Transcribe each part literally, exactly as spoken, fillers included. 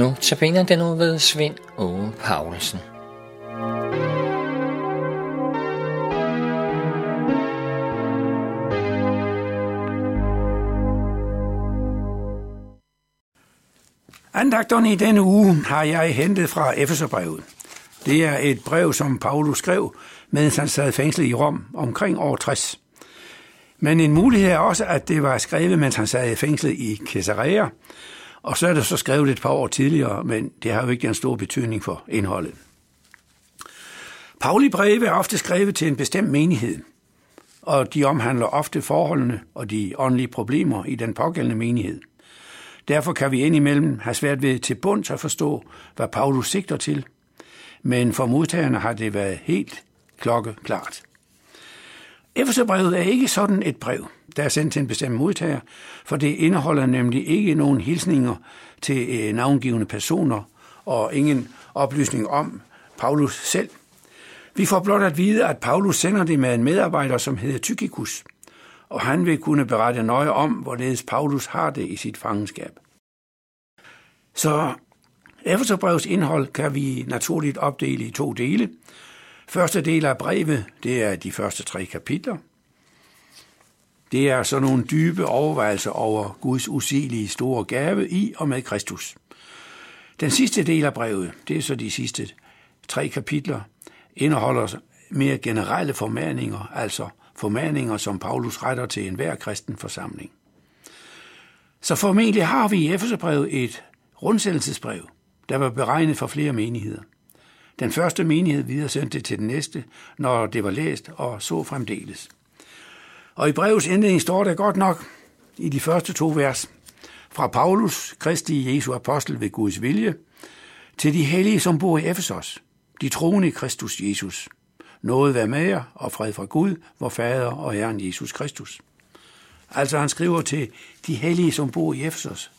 Nu tabiner den ud ved Svend Åge Paulsen. Andagterne i denne uge har jeg hentet fra Efeserbrevet. Det er et brev, som Paulus skrev, mens han sad fængslet i Rom omkring år tres. Men en mulighed er også, at det var skrevet, mens han sad fængslet i Caesarea, og så er det så skrevet et par år tidligere, men det har jo ikke en stor betydning for indholdet. Pauli breve er ofte skrevet til en bestemt menighed, og de omhandler ofte forholdene og de åndelige problemer i den pågældende menighed. Derfor kan vi indimellem have svært ved til bunds at forstå, hvad Paulus sigter til, men for modtagerne har det været helt klokkeklart. Efeserbrevet er ikke sådan et brev, der er sendt til en bestemt modtager, for det indeholder nemlig ikke nogen hilsninger til navngivende personer og ingen oplysning om Paulus selv. Vi får blot at vide, at Paulus sender det med en medarbejder, som hedder Tychicus, og han vil kunne berette nøje om, hvorledes Paulus har det i sit fangenskab. Så Efeserbrevets indhold kan vi naturligt opdele i to dele. Første del af brevet, det er de første tre kapitler. Det er så nogle dybe overvejelser over Guds usigelige store gave i og med Kristus. Den sidste del af brevet, det er så de sidste tre kapitler, indeholder mere generelle formaninger, altså formaninger, som Paulus retter til enhver kristen forsamling. Så formentlig har vi i Efeserbrevet et rundsendelsesbrev, der var beregnet for flere menigheder. Den første menighed videresendte det til den næste, når det var læst, og så fremdeles. Og i brevets indledning står der godt nok i de første to vers: fra Paulus, Kristi Jesu apostel ved Guds vilje, til de hellige, som bor i Efesos, de troende i Kristus Jesus. Noget være med jer, og fred fra Gud, vor Fader og Herren Jesus Kristus. Altså han skriver til de hellige, som bor i Efesos.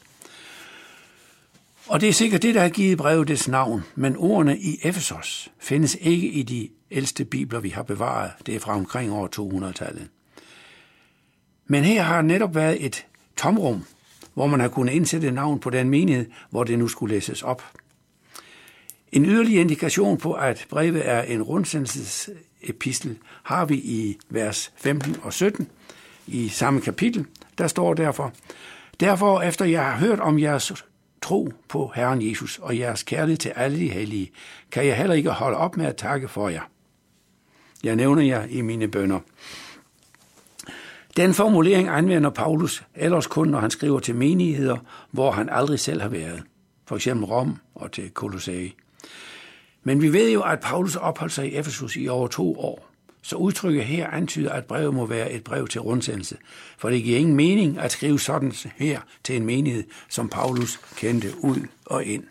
Og det er sikkert det, der har givet brevet dets navn, men ordene i Efesos findes ikke i de ældste bibler, vi har bevaret. Det er fra omkring år to hundrede-tallet. Men her har netop været et tomrum, hvor man har kunnet indsætte navn på den menighed, hvor det nu skulle læses op. En yderligere indikation på, at brevet er en rundsendelsesepistel, har vi i vers femten og sytten i samme kapitel. Der står derfor: Derfor, efter jeg har hørt om jeres tro på Herren Jesus og jeres kærlighed til alle de hellige, kan jeg heller ikke holde op med at takke for jer. Jeg nævner jer i mine bønner. Den formulering anvender Paulus ellers kun, når han skriver til menigheder, hvor han aldrig selv har været. For eksempel Rom og til Kolossæe. Men vi ved jo, at Paulus opholdt sig i Efesus i over to år. Så udtrykket her antyder, at brevet må være et brev til rundsendelse. For det giver ingen mening at skrive sådan her til en menighed, som Paulus kendte ud og ind.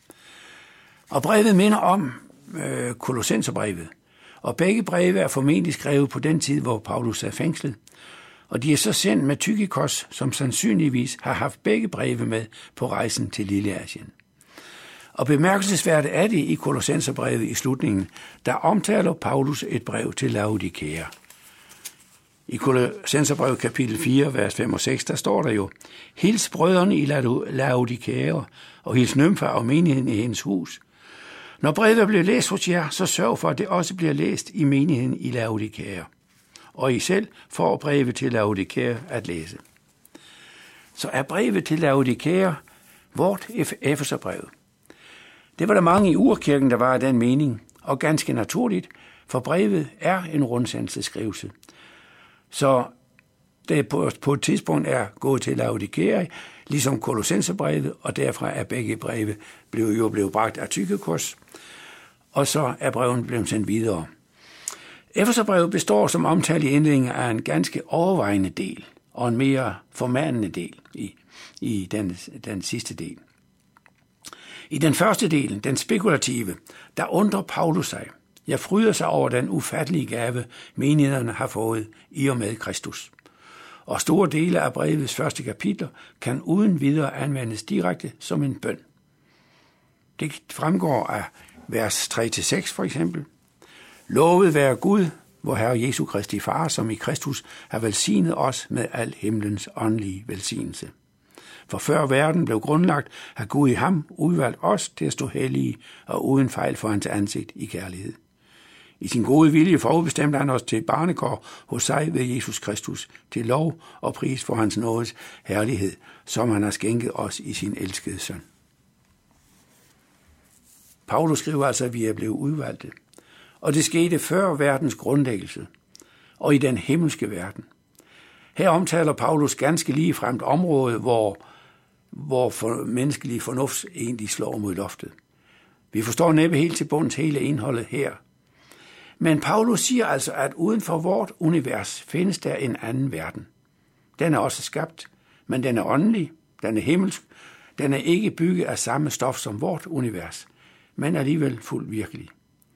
Og brevet minder om øh, Kolossenserbrevet. Og begge breve er formentlig skrevet på den tid, hvor Paulus er fængslet. Og de er så sendt med Tychicus, som sandsynligvis har haft begge breve med på rejsen til Lilleasien. Og bemærkelsesværdigt er det i Kolossenserbrevet i slutningen, der omtaler Paulus et brev til Laodikea. I Kolossenserbrevet kapitel fire, vers fem og seks, der står der jo: Hils brødrene i Laodikea, og hils Nymfa og menigheden i hendes hus. Når brevet bliver læst hos jer, så sørg for, at det også bliver læst i menigheden i Laodikea. Og I selv får brevet til Laodikea at læse. Så er brevet til Laodikea vort Efeserbrev. Det var der mange i urkirken, der var af den mening, og ganske naturligt, for brevet er en rundsendelsesskrivelse. Så det på, på et tidspunkt er gået til Laodikea, ligesom Kolossenserbrevet, og derfra er begge breve blev, jo blevet bragt af Tychicus, og så er breven blevet sendt videre. Efeserbrevet består som omtalt i indledningen af en ganske overvejende del, og en mere formanende del i, i den, den sidste del. I den første del, den spekulative, der undrer Paulus sig. Jeg fryder sig over den ufattelige gave, menighederne har fået i og med Kristus. Og store dele af brevets første kapitler kan uden videre anvendes direkte som en bøn. Det fremgår af vers tre til seks for eksempel. Lovet være Gud, vor Herre Jesu Kristi Far, som i Kristus har velsignet os med al himlens åndelige velsignelse. For før verden blev grundlagt, har Gud i ham udvalgt os til at stå hellige og uden fejl for hans ansigt i kærlighed. I sin gode vilje forudbestemte han os til barnekår hos sig ved Jesus Kristus, til lov og pris for hans nådes herlighed, som han har skænket os i sin elskede søn. Paulus skriver altså, at vi er blevet udvalgte, og det skete før verdens grundlæggelse og i den himmelske verden. Her omtaler Paulus ganske ligefremt området, hvor, hvor for menneskelig fornuft egentlig slår mod loftet. Vi forstår næppe helt til bunds hele indholdet her. Men Paulus siger altså, at uden for vort univers findes der en anden verden. Den er også skabt, men den er åndelig, den er himmelsk, den er ikke bygget af samme stof som vort univers, men alligevel fuldt virkelig.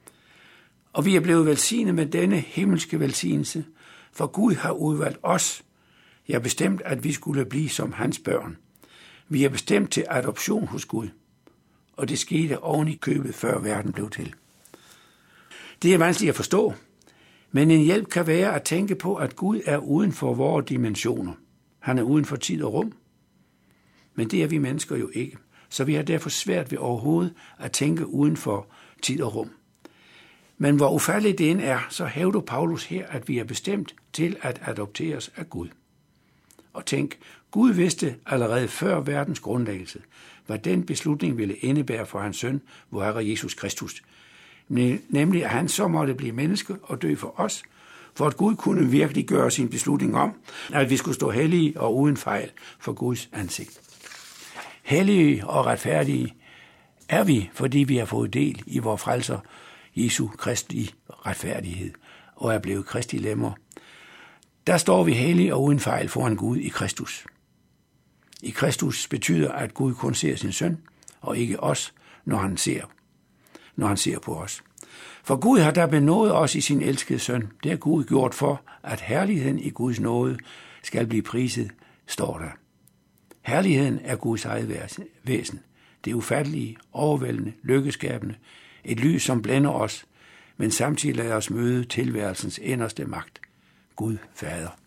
Og vi er blevet velsignet med denne himmelske velsignelse, for Gud har udvalgt os. Jeg har bestemt, at vi skulle blive som hans børn. Vi er bestemt til adoption hos Gud, og det skete oven i købet, før verden blev til. Det er vanskeligt at forstå, men en hjælp kan være at tænke på, at Gud er uden for vores dimensioner. Han er uden for tid og rum. Men det er vi mennesker jo ikke, så vi har derfor svært ved overhovedet at tænke uden for tid og rum. Men hvor ufatteligt det end er, så hævder Paulus her, at vi er bestemt til at adopteres af Gud. Og tænk, Gud vidste allerede før verdens grundlæggelse, hvad den beslutning ville indebære for hans søn, vor Herre Jesus Kristus. Nemlig at han så måtte blive menneske og dø for os, for at Gud kunne virkelig gøre sin beslutning om, at vi skulle stå hellige og uden fejl for Guds ansigt. Hellige og retfærdige er vi, fordi vi har fået del i vor frelser Jesu Kristi retfærdighed og er blevet Kristi lemmer. Der står vi hellige og uden fejl foran Gud i Kristus. I Kristus betyder, at Gud kun ser sin søn, og ikke os, når han ser, når han ser på os. For Gud har der benådet os i sin elskede søn. Det har Gud gjort for, at herligheden i Guds nåde skal blive priset, står der. Herligheden er Guds eget væsen. Det ufattelige, overvældende, lykkeskabende, et lys, som blænder os, men samtidig lader os møde tilværelsens inderste magt, Gud Fader.